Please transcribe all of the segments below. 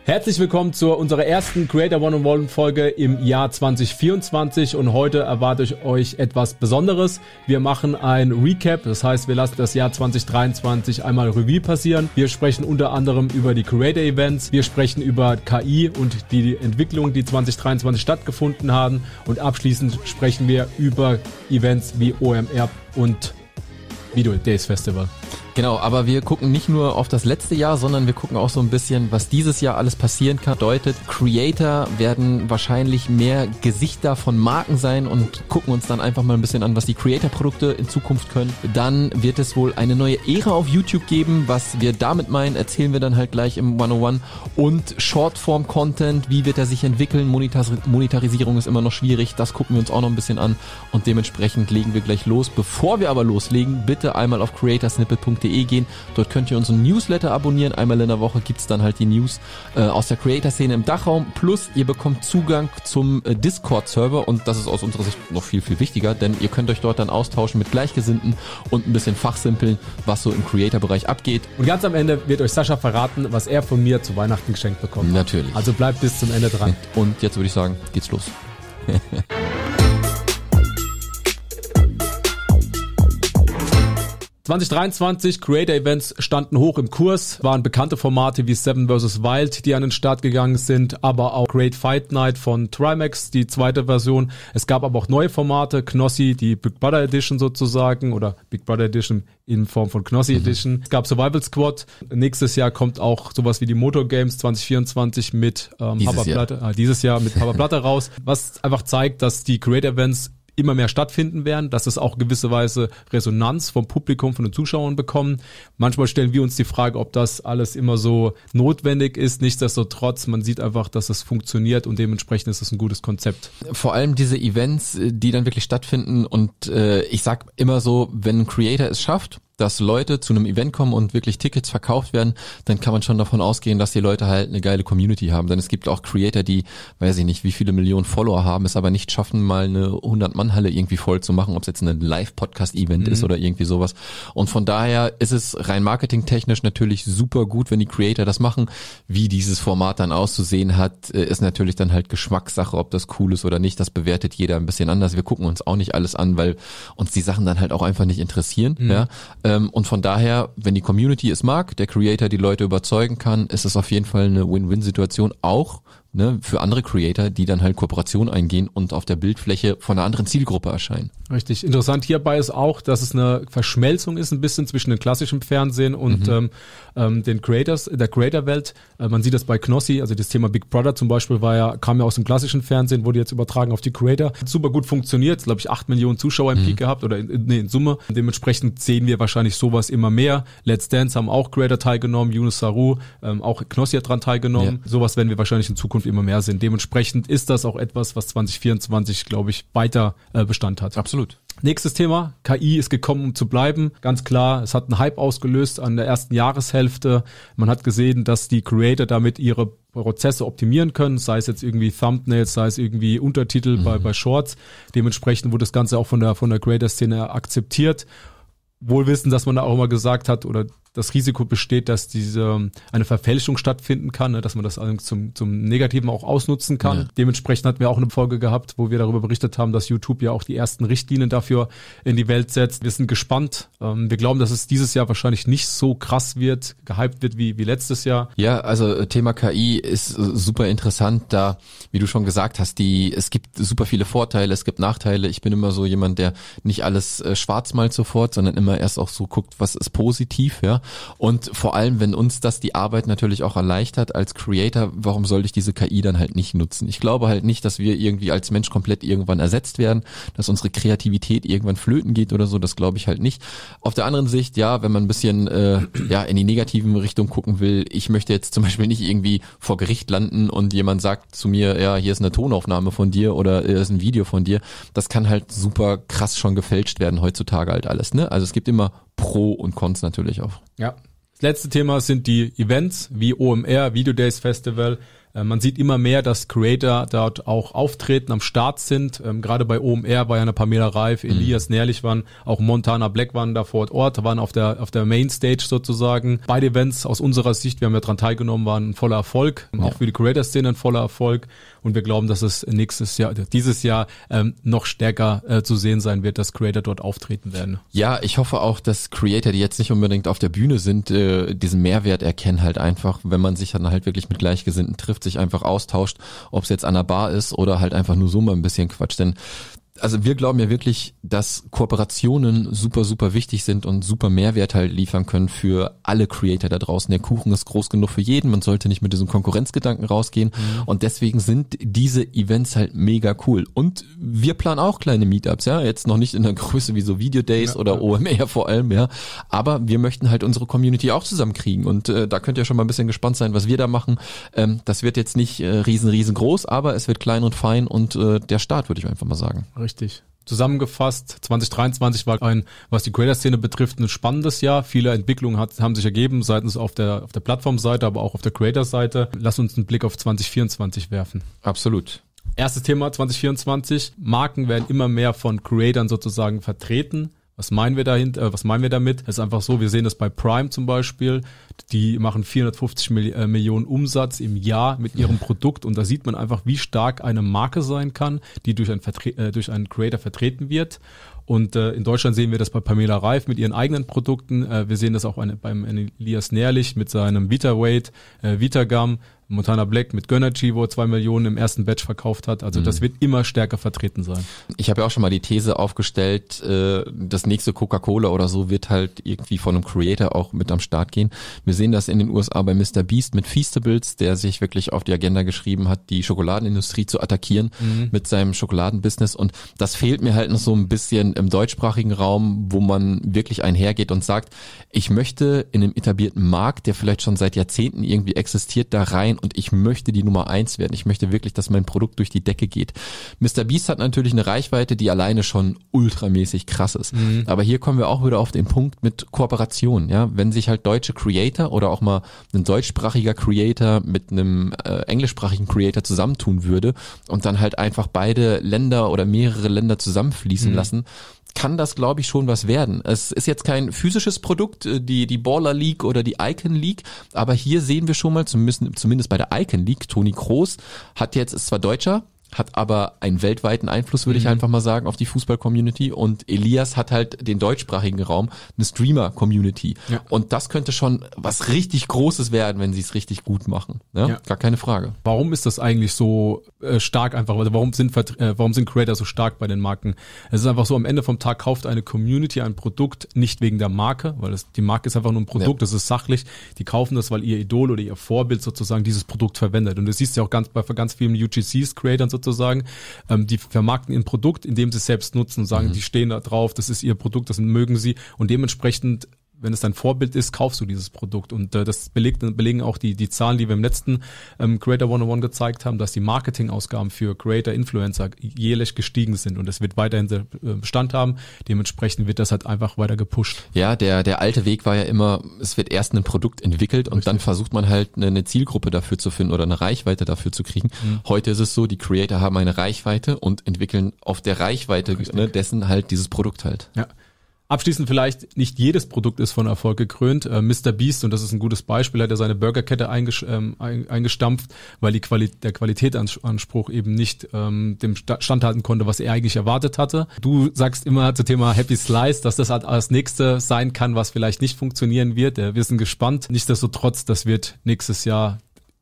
Herzlich willkommen zu unserer ersten Creator One-on-One Folge im Jahr 2024 und heute erwarte ich euch etwas Besonderes. Wir machen ein Recap, das heißt, wir lassen das Jahr 2023 einmal Revue passieren. Wir sprechen unter anderem über die Creator Events, wir sprechen über KI und die Entwicklungen, die 2023 stattgefunden haben und abschließend sprechen wir über Events wie OMR und Video Days Festival. Genau, aber wir gucken nicht nur auf das letzte Jahr, sondern wir gucken auch so ein bisschen, was dieses Jahr alles passieren kann. Bedeutet, Creator werden wahrscheinlich mehr Gesichter von Marken sein und gucken uns dann einfach mal ein bisschen an, was die Creator-Produkte in Zukunft können. Dann wird es wohl eine neue Ära auf YouTube geben. Was wir damit meinen, erzählen wir dann halt gleich im 101. Und Shortform-Content, wie wird er sich entwickeln? Monetarisierung ist immer noch schwierig. Das gucken wir uns auch noch ein bisschen an und dementsprechend legen wir gleich los. Bevor wir aber loslegen, bitte einmal auf creatorsnippet.de gehen. Dort könnt ihr unseren Newsletter abonnieren. Einmal in der Woche gibt's dann halt die News aus der Creator-Szene im Dachraum. Plus ihr bekommt Zugang zum Discord-Server und das ist aus unserer Sicht noch viel, viel wichtiger, denn ihr könnt euch dort dann austauschen mit Gleichgesinnten und ein bisschen fachsimpeln, was so im Creator-Bereich abgeht. Und ganz am Ende wird euch Sascha verraten, was er von mir zu Weihnachten geschenkt bekommt. Natürlich. Also bleibt bis zum Ende dran. Und jetzt würde ich sagen, geht's los. 2023 Creator Events standen hoch im Kurs, waren bekannte Formate wie Seven vs. Wild, die an den Start gegangen sind, aber auch Great Fight Night von Trimax, die zweite Version. Es gab aber auch neue Formate, Knossi, die Big Brother Edition sozusagen oder Big Brother Edition in Form von Knossi Edition. Es gab Survival Squad. Nächstes Jahr kommt auch sowas wie die Motor Games 2024 mit dieses Jahr mit Papa Platte raus, was einfach zeigt, dass die Creator Events immer mehr stattfinden werden, dass es auch gewisse Weise Resonanz vom Publikum, von den Zuschauern bekommen. Manchmal stellen wir uns die Frage, ob das alles immer so notwendig ist. Nichtsdestotrotz, man sieht einfach, dass es funktioniert und dementsprechend ist es ein gutes Konzept. Vor allem diese Events, die dann wirklich stattfinden und ich sag immer so, wenn ein Creator es schafft, dass Leute zu einem Event kommen und wirklich Tickets verkauft werden, dann kann man schon davon ausgehen, dass die Leute halt eine geile Community haben. Denn es gibt auch Creator, die, weiß ich nicht, wie viele Millionen Follower haben, es aber nicht schaffen, mal eine 100-Mann-Halle irgendwie voll zu machen, ob es jetzt ein Live-Podcast-Event ist oder irgendwie sowas. Und von daher ist es rein marketingtechnisch natürlich super gut, wenn die Creator das machen. Wie dieses Format dann auszusehen hat, ist natürlich dann halt Geschmackssache, ob das cool ist oder nicht. Das bewertet jeder ein bisschen anders. Wir gucken uns auch nicht alles an, weil uns die Sachen dann halt auch einfach nicht interessieren. Ja. Und von daher, wenn die Community es mag, der Creator die Leute überzeugen kann, ist es auf jeden Fall eine Win-Win-Situation auch, ne, für andere Creator, die dann halt Kooperation eingehen und auf der Bildfläche von einer anderen Zielgruppe erscheinen. Richtig. Interessant hierbei ist auch, dass es eine Verschmelzung ist ein bisschen zwischen dem klassischen Fernsehen und den Creators, der Creator-Welt. Man sieht das bei Knossi, also das Thema Big Brother zum Beispiel kam ja aus dem klassischen Fernsehen, wurde jetzt übertragen auf die Creator. Hat super gut funktioniert, glaube ich 8 Millionen Zuschauer im Peak gehabt oder in Summe. Dementsprechend sehen wir wahrscheinlich sowas immer mehr. Let's Dance haben auch Creator teilgenommen, Yunus Saru, auch Knossi hat dran teilgenommen. Ja. Sowas werden wir wahrscheinlich in Zukunft immer mehr sehen. Dementsprechend ist das auch etwas, was 2024, glaube ich, weiter Bestand hat. Absolut. Nächstes Thema, KI ist gekommen, um zu bleiben. Ganz klar, es hat einen Hype ausgelöst an der ersten Jahreshälfte. Man hat gesehen, dass die Creator damit ihre Prozesse optimieren können, sei es jetzt irgendwie Thumbnails, sei es irgendwie Untertitel bei Shorts. Dementsprechend wurde das Ganze auch von der Creator-Szene akzeptiert. Wohl wissen, dass man da auch immer gesagt hat oder das Risiko besteht, dass eine Verfälschung stattfinden kann, ne, dass man das zum Negativen auch ausnutzen kann. Ja. Dementsprechend hatten wir auch eine Folge gehabt, wo wir darüber berichtet haben, dass YouTube ja auch die ersten Richtlinien dafür in die Welt setzt. Wir sind gespannt. Wir glauben, dass es dieses Jahr wahrscheinlich nicht so krass wird, gehypt wird wie letztes Jahr. Ja, also Thema KI ist super interessant, da, wie du schon gesagt hast, es gibt super viele Vorteile, es gibt Nachteile. Ich bin immer so jemand, der nicht alles schwarz malt sofort, sondern immer erst auch so guckt, was ist positiv, ja. Und vor allem, wenn uns das die Arbeit natürlich auch erleichtert als Creator, warum sollte ich diese KI dann halt nicht nutzen? Ich glaube halt nicht, dass wir irgendwie als Mensch komplett irgendwann ersetzt werden, dass unsere Kreativität irgendwann flöten geht oder so, das glaube ich halt nicht. Auf der anderen Sicht, ja, wenn man ein bisschen in die negativen Richtung gucken will, ich möchte jetzt zum Beispiel nicht irgendwie vor Gericht landen und jemand sagt zu mir, ja, hier ist eine Tonaufnahme von dir oder hier ist ein Video von dir, das kann halt super krass schon gefälscht werden heutzutage halt alles, ne? Also es gibt immer Pro und Cons natürlich auch. Ja. Das letzte Thema sind die Events wie OMR, Video Days Festival. Man sieht immer mehr, dass Creator dort auch auftreten, am Start sind. Gerade bei OMR war ja eine Pamela Reif, Elias Nährlich waren, auch Montana Black waren da vor Ort, waren auf der Mainstage sozusagen. Beide Events aus unserer Sicht, wir haben ja dran teilgenommen, waren ein voller Erfolg. Auch für die Creator-Szene ein voller Erfolg. Und wir glauben, dass es dieses Jahr noch stärker zu sehen sein wird, dass Creator dort auftreten werden. Ja, ich hoffe auch, dass Creator, die jetzt nicht unbedingt auf der Bühne sind, diesen Mehrwert erkennen halt einfach, wenn man sich dann halt wirklich mit Gleichgesinnten trifft, sich einfach austauscht, ob es jetzt an der Bar ist oder halt einfach nur so mal ein bisschen Quatsch. Denn also wir glauben ja wirklich, dass Kooperationen super, super wichtig sind und super Mehrwert halt liefern können für alle Creator da draußen. Der Kuchen ist groß genug für jeden, man sollte nicht mit diesem Konkurrenzgedanken rausgehen und deswegen sind diese Events halt mega cool. Und wir planen auch kleine Meetups, ja, jetzt noch nicht in der Größe wie so Video Days oder OMR vor allem, ja, aber wir möchten halt unsere Community auch zusammenkriegen und da könnt ihr schon mal ein bisschen gespannt sein, was wir da machen. Das wird jetzt nicht riesengroß, aber es wird klein und fein und der Start, würde ich einfach mal sagen. Richtig. Zusammengefasst, 2023 war was die Creator-Szene betrifft, ein spannendes Jahr. Viele Entwicklungen haben sich ergeben, seitens auf der Plattformseite, aber auch auf der Creator-Seite. Lass uns einen Blick auf 2024 werfen. Absolut. Erstes Thema 2024. Marken werden immer mehr von Creatern sozusagen vertreten. Was meinen wir damit? Es ist einfach so, wir sehen das bei Prime zum Beispiel, die machen 450 Millionen Umsatz im Jahr mit ihrem Produkt und da sieht man einfach, wie stark eine Marke sein kann, die durch einen Creator vertreten wird. Und in Deutschland sehen wir das bei Pamela Reif mit ihren eigenen Produkten. Wir sehen das auch beim Elias Nährlich mit seinem VitaWeight, VitaGum, Montana Black mit Gönnergy, wo er 2 Millionen im ersten Batch verkauft hat. Also das wird immer stärker vertreten sein. Ich habe ja auch schon mal die These aufgestellt, das nächste Coca-Cola oder so wird halt irgendwie von einem Creator auch mit am Start gehen. Wir sehen das in den USA bei Mr. Beast mit Feastables, der sich wirklich auf die Agenda geschrieben hat, die Schokoladenindustrie zu attackieren mit seinem Schokoladenbusiness. Und das fehlt mir halt noch so ein bisschen im deutschsprachigen Raum, wo man wirklich einhergeht und sagt, ich möchte in einem etablierten Markt, der vielleicht schon seit Jahrzehnten irgendwie existiert, da rein und ich möchte die Nummer 1 werden. Ich möchte wirklich, dass mein Produkt durch die Decke geht. Mr. Beast hat natürlich eine Reichweite, die alleine schon ultramäßig krass ist. Aber hier kommen wir auch wieder auf den Punkt mit Kooperation. Ja, wenn sich halt deutsche Creator oder auch mal ein deutschsprachiger Creator mit einem englischsprachigen Creator zusammentun würde und dann halt einfach beide Länder oder mehrere Länder zusammenfließen lassen, kann das, glaube ich, schon was werden. Es ist jetzt kein physisches Produkt, die Baller League oder die Icon League, aber hier sehen wir schon mal, zumindest bei der Icon League, Toni Kroos ist zwar Deutscher, hat aber einen weltweiten Einfluss, würde ich einfach mal sagen, auf die Fußball-Community und Elias hat halt den deutschsprachigen Raum, eine Streamer-Community und das könnte schon was richtig Großes werden, wenn sie es richtig gut machen. Ja? Gar keine Frage. Warum ist das eigentlich so stark einfach? Also warum sind Creator so stark bei den Marken? Es ist einfach so, am Ende vom Tag kauft eine Community ein Produkt nicht wegen der Marke, weil die Marke ist einfach nur ein Produkt, das ist sachlich. Die kaufen das, weil ihr Idol oder ihr Vorbild sozusagen dieses Produkt verwendet. Und du siehst ja auch bei ganz vielen UGCs-Creatern sozusagen, die vermarkten ihr Produkt, indem sie es selbst nutzen und sagen, die stehen da drauf, das ist ihr Produkt, das mögen sie und dementsprechend, wenn es dein Vorbild ist, kaufst du dieses Produkt und das belegen auch die Zahlen, die wir im letzten Creator 101 gezeigt haben, dass die Marketingausgaben für Creator, Influencer jährlich gestiegen sind und es wird weiterhin Bestand haben, dementsprechend wird das halt einfach weiter gepusht. Ja, der alte Weg war ja immer, es wird erst ein Produkt entwickelt und dann versucht man halt eine Zielgruppe dafür zu finden oder eine Reichweite dafür zu kriegen. Heute ist es so, die Creator haben eine Reichweite und entwickeln auf der Reichweite dessen halt dieses Produkt halt. Ja. Abschließend vielleicht, nicht jedes Produkt ist von Erfolg gekrönt. Mr. Beast, und das ist ein gutes Beispiel, hat ja seine Burgerkette eingestampft, weil der Qualitätsanspruch eben nicht dem standhalten konnte, was er eigentlich erwartet hatte. Du sagst immer zum Thema Happy Slice, dass das halt als nächste sein kann, was vielleicht nicht funktionieren wird. Wir sind gespannt. Nichtsdestotrotz, dieses Jahr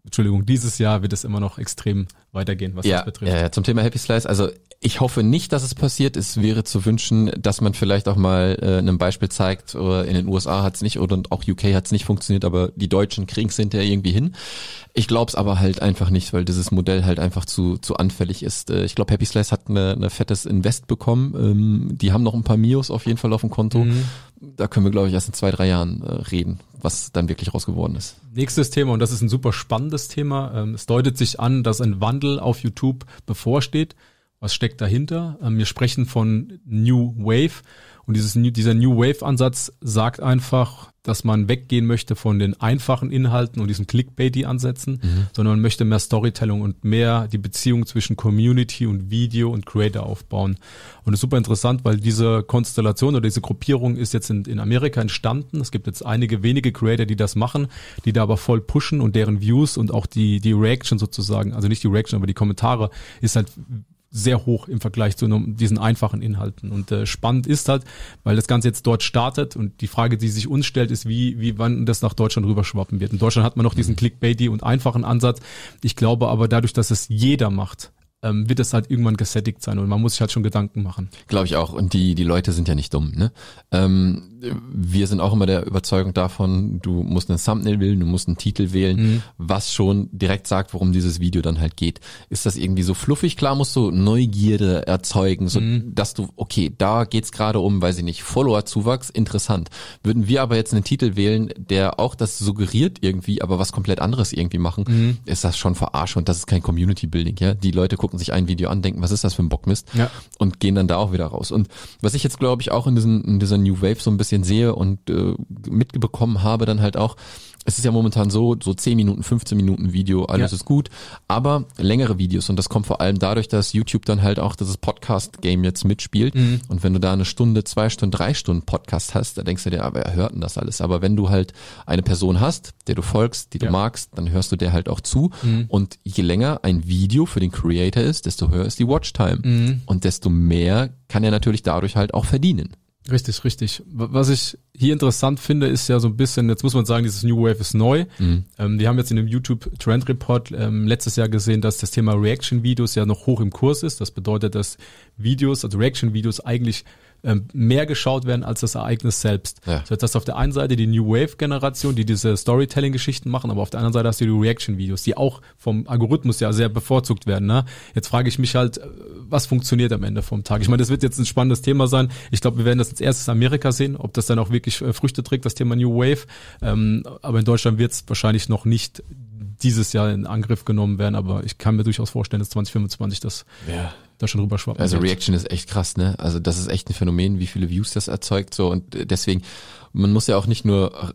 wird es immer noch extrem weitergehen, was das betrifft. Ja, zum Thema Happy Slice, also ich hoffe nicht, dass es passiert. Es wäre zu wünschen, dass man vielleicht auch mal ein Beispiel zeigt, in den USA hat es nicht und auch UK hat es nicht funktioniert, aber die Deutschen kriegen es hinterher irgendwie hin. Ich glaube es aber halt einfach nicht, weil dieses Modell halt einfach zu anfällig ist. Ich glaube, Happy Slice hat eine fettes Invest bekommen. Die haben noch ein paar Mios auf jeden Fall auf dem Konto. Da können wir, glaube ich, erst in 2-3 Jahren reden, was dann wirklich raus geworden ist. Nächstes Thema, und das ist ein super spannendes Thema. Es deutet sich an, dass ein Wandel auf YouTube bevorsteht. Was steckt dahinter? Wir sprechen von New Wave und dieser New Wave Ansatz sagt einfach, dass man weggehen möchte von den einfachen Inhalten und diesen Clickbaity Ansätzen, sondern man möchte mehr Storytelling und mehr die Beziehung zwischen Community und Video und Creator aufbauen. Und das ist super interessant, weil diese Konstellation oder diese Gruppierung ist jetzt in Amerika entstanden. Es gibt jetzt einige wenige Creator, die das machen, die da aber voll pushen und deren Views und auch die Reaction sozusagen, also nicht die Reaction, aber die Kommentare ist halt sehr hoch im Vergleich zu diesen einfachen Inhalten. Und spannend ist halt, weil das Ganze jetzt dort startet und die Frage, die sich uns stellt, ist, wann das nach Deutschland rüberschwappen wird. In Deutschland hat man noch diesen Clickbaity und einfachen Ansatz. Ich glaube aber dadurch, dass es jeder macht, wird es halt irgendwann gesättigt sein und man muss sich halt schon Gedanken machen. Glaube ich auch. Und die Leute sind ja nicht dumm, ne? Wir sind auch immer der Überzeugung davon, du musst ein Thumbnail wählen, du musst einen Titel wählen, was schon direkt sagt, worum dieses Video dann halt geht. Ist das irgendwie so fluffig? Klar musst du Neugierde erzeugen, so dass du, okay, da geht's gerade um, weiß ich nicht, Follower-Zuwachs, interessant. Würden wir aber jetzt einen Titel wählen, der auch das suggeriert irgendwie, aber was komplett anderes irgendwie machen, ist das schon Verarsche und das ist kein Community-Building, ja? Die Leute gucken sich ein Video an, denken, was ist das für ein Bockmist? Ja. Und gehen dann da auch wieder raus. Und was ich jetzt, glaube ich, auch in dieser New Wave so ein bisschen sehe und mitbekommen habe, dann halt auch, es ist ja momentan so 10 Minuten, 15 Minuten Video, alles ist gut, aber längere Videos und das kommt vor allem dadurch, dass YouTube dann halt auch dieses Podcast-Game jetzt mitspielt und wenn du da 1 Stunde, 2 Stunden, 3 Stunden Podcast hast, da denkst du dir, aber wer hört denn das alles? Aber wenn du halt eine Person hast, der du folgst, die du magst, dann hörst du der halt auch zu und je länger ein Video für den Creator ist, desto höher ist die Watchtime und desto mehr kann er natürlich dadurch halt auch verdienen. Richtig, richtig. Was ich hier interessant finde, ist ja so ein bisschen, jetzt muss man sagen, dieses New Wave ist neu. Wir haben jetzt in dem YouTube Trend Report letztes Jahr gesehen, dass das Thema Reaction-Videos ja noch hoch im Kurs ist. Das bedeutet, dass Videos, also Reaction-Videos eigentlich mehr geschaut werden als das Ereignis selbst. Ja. Das heißt, dass auf der einen Seite die New Wave-Generation, die diese Storytelling-Geschichten machen, aber auf der anderen Seite hast du die Reaction-Videos, die auch vom Algorithmus ja sehr bevorzugt werden. Ne? Jetzt frage ich mich halt, was funktioniert am Ende vom Tag? Ich meine, das wird jetzt ein spannendes Thema sein. Ich glaube, wir werden das als erstes in Amerika sehen, ob das dann auch wirklich Früchte trägt, das Thema New Wave. Aber in Deutschland wird es wahrscheinlich noch nicht dieses Jahr in Angriff genommen werden, aber ich kann mir durchaus vorstellen, dass 2025 das da schon rüberschwappen. Also Reaction ist echt krass, ne? Also das ist echt ein Phänomen, wie viele Views das erzeugt, so, und deswegen, man muss ja auch nicht nur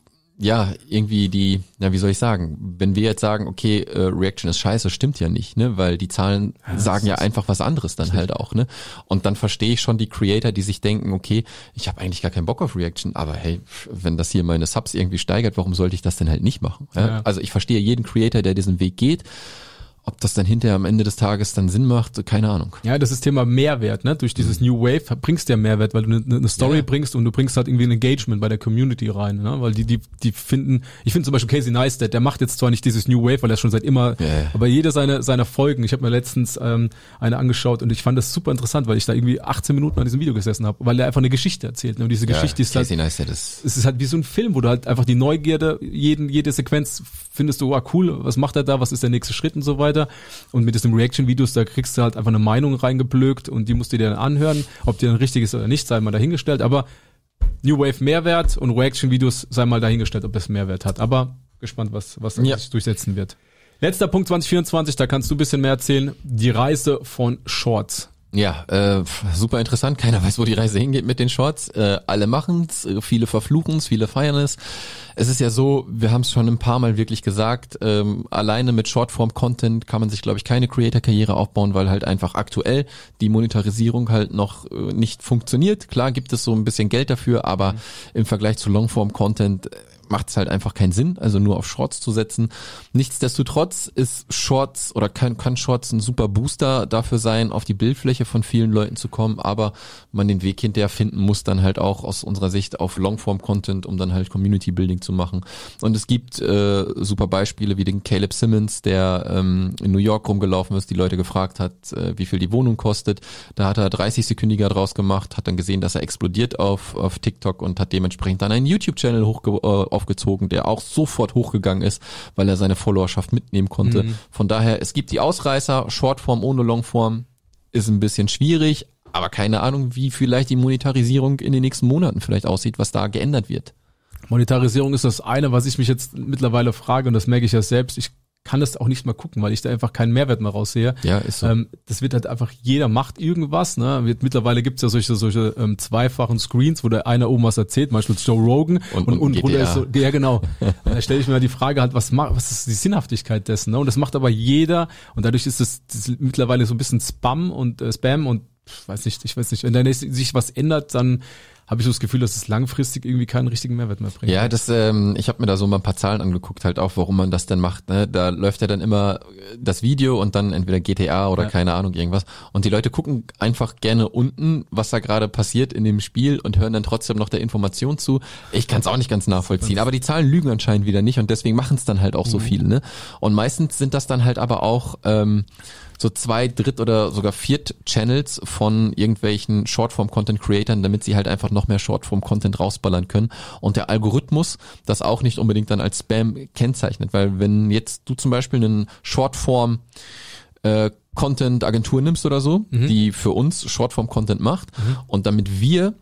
irgendwie wie soll ich sagen, wenn wir jetzt sagen, okay, Reaction ist scheiße, stimmt ja nicht, ne, weil die Zahlen sagen ja einfach was anderes dann halt auch, ne, und dann verstehe ich schon die Creator, die sich denken, okay, ich habe eigentlich gar keinen Bock auf Reaction, aber hey, wenn das hier meine Subs irgendwie steigert, warum sollte ich das denn halt nicht machen? Ja? Also ich verstehe jeden Creator, der diesen Weg geht. Ob das dann hinterher am Ende des Tages dann Sinn macht, keine Ahnung. Ja, das ist Thema Mehrwert, ne? Durch dieses New Wave bringst du ja Mehrwert, weil du eine Story bringst und du bringst halt irgendwie ein Engagement bei der Community rein, ne? Weil die finden, ich finde zum Beispiel Casey Neistat, der macht jetzt zwar nicht dieses New Wave, weil er schon seit immer, aber jede seiner Folgen, ich habe mir letztens eine angeschaut und ich fand das super interessant, weil ich da irgendwie 18 Minuten an diesem Video gesessen habe, weil er einfach eine Geschichte erzählt, ne? Und diese Geschichte ist Casey Neistat es ist halt wie so ein Film, wo du halt einfach die Neugierde, jede Sequenz findest du, cool, was macht er da, was ist der nächste Schritt und so weiter. Und mit diesen Reaction-Videos, da kriegst du halt einfach eine Meinung reingeblökt und die musst du dir dann anhören, ob die dann richtig ist oder nicht, sei mal dahingestellt. Aber New Wave Mehrwert und Reaction-Videos sei mal dahingestellt, ob es Mehrwert hat. Aber gespannt, was sich durchsetzen wird. Letzter Punkt 2024, da kannst du ein bisschen mehr erzählen. Die Reise von Shorts. Ja, super interessant. Keiner weiß, wo die Reise hingeht mit den Shorts. Alle machen's, viele verfluchen's, viele feiern es. Es ist ja so, wir haben es schon ein paar Mal wirklich gesagt, alleine mit Shortform-Content kann man sich, glaube ich, keine Creator-Karriere aufbauen, weil halt einfach aktuell die Monetarisierung halt noch nicht funktioniert. Klar gibt es so ein bisschen Geld dafür, aber im Vergleich zu Longform-Content macht es halt einfach keinen Sinn, also nur auf Shorts zu setzen. Nichtsdestotrotz ist Shorts oder kann Shorts ein super Booster dafür sein, auf die Bildfläche von vielen Leuten zu kommen, aber man den Weg hinterher finden muss dann halt auch aus unserer Sicht auf Longform-Content, um dann halt Community-Building zu machen. Und es gibt super Beispiele wie den Caleb Simmons, der in New York rumgelaufen ist, die Leute gefragt hat, wie viel die Wohnung kostet. Da hat er 30-sekündiger draus gemacht, hat dann gesehen, dass er explodiert auf TikTok und hat dementsprechend dann einen YouTube-Channel aufgezogen, der auch sofort hochgegangen ist, weil er seine Followerschaft mitnehmen konnte. Von daher, es gibt die Ausreißer, Shortform ohne Longform ist ein bisschen schwierig, aber keine Ahnung, wie vielleicht die Monetarisierung in den nächsten Monaten vielleicht aussieht, was da geändert wird. Monetarisierung ist das eine, was ich mich jetzt mittlerweile frage und das merke ich ja selbst. Ich kann das auch nicht mal gucken, weil ich da einfach keinen Mehrwert mehr raussehe. Ja, ist so. Das wird halt einfach, jeder macht irgendwas, ne? Mittlerweile gibt's ja solche zweifachen Screens, wo der einer oben was erzählt, zum Beispiel Joe Rogan und drunter ist so, ja genau. Da stelle ich mir die Frage halt, was ist die Sinnhaftigkeit dessen, ne? Und das macht aber jeder und dadurch ist das mittlerweile so ein bisschen Spam und ich weiß nicht, wenn da sich was ändert, dann habe ich so das Gefühl, dass es langfristig irgendwie keinen richtigen Mehrwert mehr bringt. Ja, ich habe mir da so mal ein paar Zahlen angeguckt, halt auch, warum man das denn macht. Ne? Da läuft ja dann immer das Video und dann entweder GTA oder keine Ahnung, irgendwas. Und die Leute gucken einfach gerne unten, was da gerade passiert in dem Spiel und hören dann trotzdem noch der Information zu. Ich kann es auch nicht ganz nachvollziehen, aber die Zahlen lügen anscheinend wieder nicht und deswegen machen es dann halt auch so viele. Ne? Und meistens sind das dann halt aber auch so 2, 3 oder sogar 4 Channels von irgendwelchen Shortform-Content-Creatern, damit sie halt einfach noch mehr Shortform-Content rausballern können. Und der Algorithmus das auch nicht unbedingt dann als Spam kennzeichnet, weil wenn jetzt du zum Beispiel einen Shortform Content-Agentur nimmst oder so, die für uns Shortform-Content macht und damit wir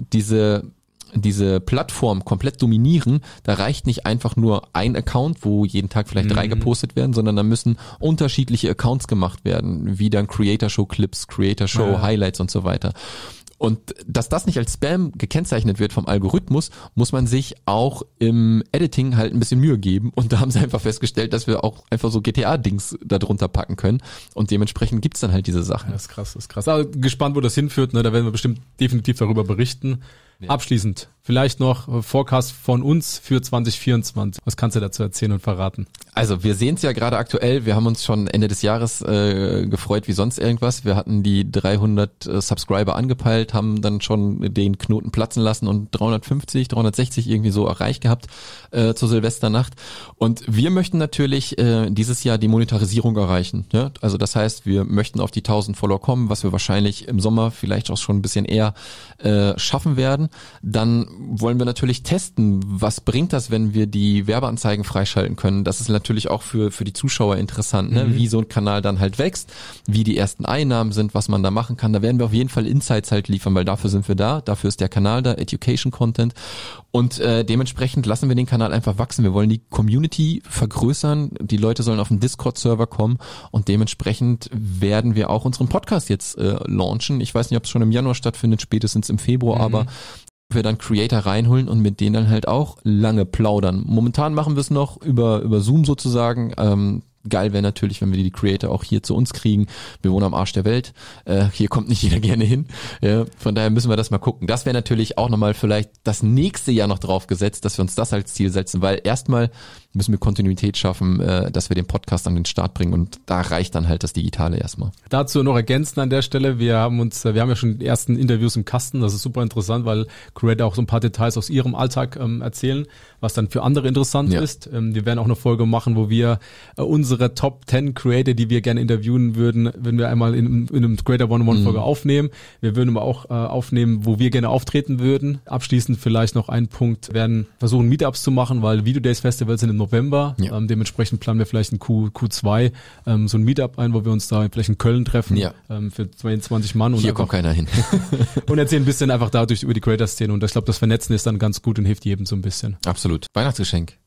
diese Plattform komplett dominieren, da reicht nicht einfach nur ein Account, wo jeden Tag vielleicht 3 gepostet werden, sondern da müssen unterschiedliche Accounts gemacht werden, wie dann Creator-Show-Clips, Creator-Show-Highlights und so weiter. Und dass das nicht als Spam gekennzeichnet wird vom Algorithmus, muss man sich auch im Editing halt ein bisschen Mühe geben. Und da haben sie einfach festgestellt, dass wir auch einfach so GTA-Dings da drunter packen können. Und dementsprechend gibt's dann halt diese Sachen. Ja, das ist krass. Aber gespannt, wo das hinführt. Ne? Da werden wir bestimmt definitiv darüber berichten. Ja. Abschließend, vielleicht noch Forecast von uns für 2024. Was kannst du dazu erzählen und verraten? Also wir sehen es ja gerade aktuell. Wir haben uns schon Ende des Jahres gefreut wie sonst irgendwas. Wir hatten die 300 Subscriber angepeilt, haben dann schon den Knoten platzen lassen und 350, 360 irgendwie so erreicht gehabt zur Silvesternacht. Und wir möchten natürlich dieses Jahr die Monetarisierung erreichen. Ja? Also das heißt, wir möchten auf die 1000 Follower kommen, was wir wahrscheinlich im Sommer vielleicht auch schon ein bisschen eher schaffen werden. Dann wollen wir natürlich testen, was bringt das, wenn wir die Werbeanzeigen freischalten können. Das ist natürlich auch für die Zuschauer interessant, ne? Wie so ein Kanal dann halt wächst, wie die ersten Einnahmen sind, was man da machen kann. Da werden wir auf jeden Fall Insights halt liefern, weil dafür sind wir da, dafür ist der Kanal da, Education Content und dementsprechend lassen wir den Kanal einfach wachsen. Wir wollen die Community vergrößern, die Leute sollen auf den Discord-Server kommen und dementsprechend werden wir auch unseren Podcast jetzt launchen. Ich weiß nicht, ob es schon im Januar stattfindet, spätestens im Februar, aber wir dann Creator reinholen und mit denen dann halt auch lange plaudern. Momentan machen wir es noch über Zoom sozusagen. Geil wäre natürlich, wenn wir die Creator auch hier zu uns kriegen. Wir wohnen am Arsch der Welt. Hier kommt nicht jeder gerne hin. Ja, von daher müssen wir das mal gucken. Das wäre natürlich auch nochmal vielleicht das nächste Jahr noch drauf gesetzt, dass wir uns das als Ziel setzen, weil erstmal müssen wir Kontinuität schaffen, dass wir den Podcast an den Start bringen und da reicht dann halt das Digitale erstmal. Dazu noch ergänzen an der Stelle, wir haben ja schon die ersten Interviews im Kasten, das ist super interessant, weil Creator auch so ein paar Details aus ihrem Alltag erzählen, was dann für andere interessant ist. Wir werden auch eine Folge machen, wo wir unsere Top 10 Creator, die wir gerne interviewen würden wir einmal in einem Creator One-on-One Folge aufnehmen. Wir würden aber auch aufnehmen, wo wir gerne auftreten würden. Abschließend vielleicht noch ein Punkt, werden versuchen Meetups zu machen, weil Video Days Festivals sind im November. Ja. Dementsprechend planen wir vielleicht in Q2 so ein Meetup ein, wo wir uns da vielleicht in Köln treffen für 22 Mann. Und hier kommt keiner hin. und erzählen ein bisschen einfach dadurch über die Creator-Szene und ich glaube, das Vernetzen ist dann ganz gut und hilft jedem so ein bisschen. Absolut. Weihnachtsgeschenk.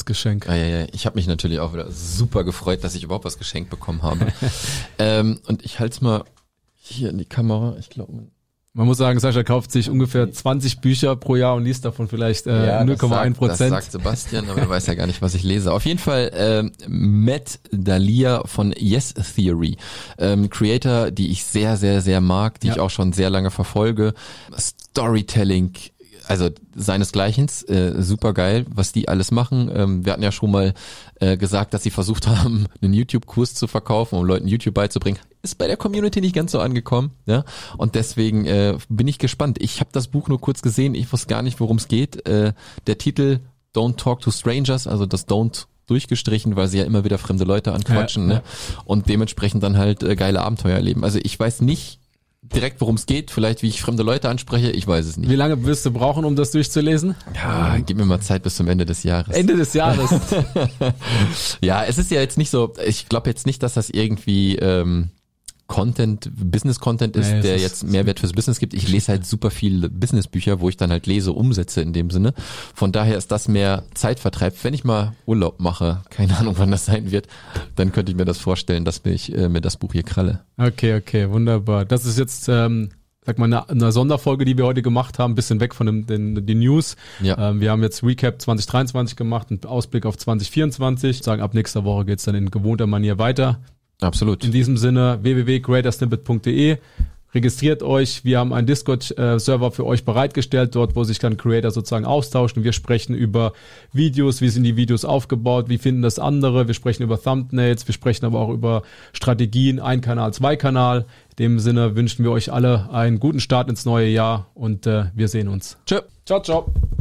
Ja. Ich habe mich natürlich auch wieder super gefreut, dass ich überhaupt was geschenkt bekommen habe. Und ich halte es mal hier in die Kamera. Ich glaube, man muss sagen, Sascha kauft sich ungefähr 20 Bücher pro Jahr und liest davon vielleicht 0,1%. Das sagt Sebastian, aber er weiß ja gar nicht, was ich lese. Auf jeden Fall Matt Dalia von Yes Theory. Creator, die ich sehr, sehr, sehr mag, die ich auch schon sehr lange verfolge. Storytelling, also seinesgleichens, super geil, was die alles machen. Wir hatten ja schon mal gesagt, dass sie versucht haben, einen YouTube-Kurs zu verkaufen, um Leuten YouTube beizubringen. Ist bei der Community nicht ganz so angekommen, ja. Und deswegen bin ich gespannt. Ich habe das Buch nur kurz gesehen, ich wusste gar nicht, worum es geht. Der Titel Don't Talk to Strangers, also das Don't durchgestrichen, weil sie ja immer wieder fremde Leute anquatschen, ne? Und dementsprechend dann halt geile Abenteuer erleben. Also ich weiß nicht direkt, worum es geht, vielleicht wie ich fremde Leute anspreche, ich weiß es nicht. Wie lange wirst du brauchen, um das durchzulesen? Ja, gib mir mal Zeit bis zum Ende des Jahres. Ende des Jahres? Ja, es ist ja jetzt nicht so, ich glaube jetzt nicht, dass das irgendwie Business-Content ist, der jetzt Mehrwert fürs Business gibt. Ich lese halt super viele Business-Bücher, wo ich dann halt lese, umsetze in dem Sinne. Von daher ist das mehr Zeitvertreib. Wenn ich mal Urlaub mache, keine Ahnung, wann das sein wird, dann könnte ich mir das vorstellen, dass ich mir das Buch hier kralle. Okay, wunderbar. Das ist jetzt, sag mal, eine Sonderfolge, die wir heute gemacht haben, ein bisschen weg von den News. Ja. Wir haben jetzt Recap 2023 gemacht, einen Ausblick auf 2024. Sagen, ab nächster Woche geht's dann in gewohnter Manier weiter. Absolut. In diesem Sinne www.creatorsnippet.de. Registriert euch. Wir haben einen Discord-Server für euch bereitgestellt, dort, wo sich dann Creator sozusagen austauschen. Wir sprechen über Videos, wie sind die Videos aufgebaut, wie finden das andere. Wir sprechen über Thumbnails, wir sprechen aber auch über Strategien, ein Kanal, zwei Kanal. In dem Sinne wünschen wir euch alle einen guten Start ins neue Jahr und wir sehen uns. Tschö. Ciao.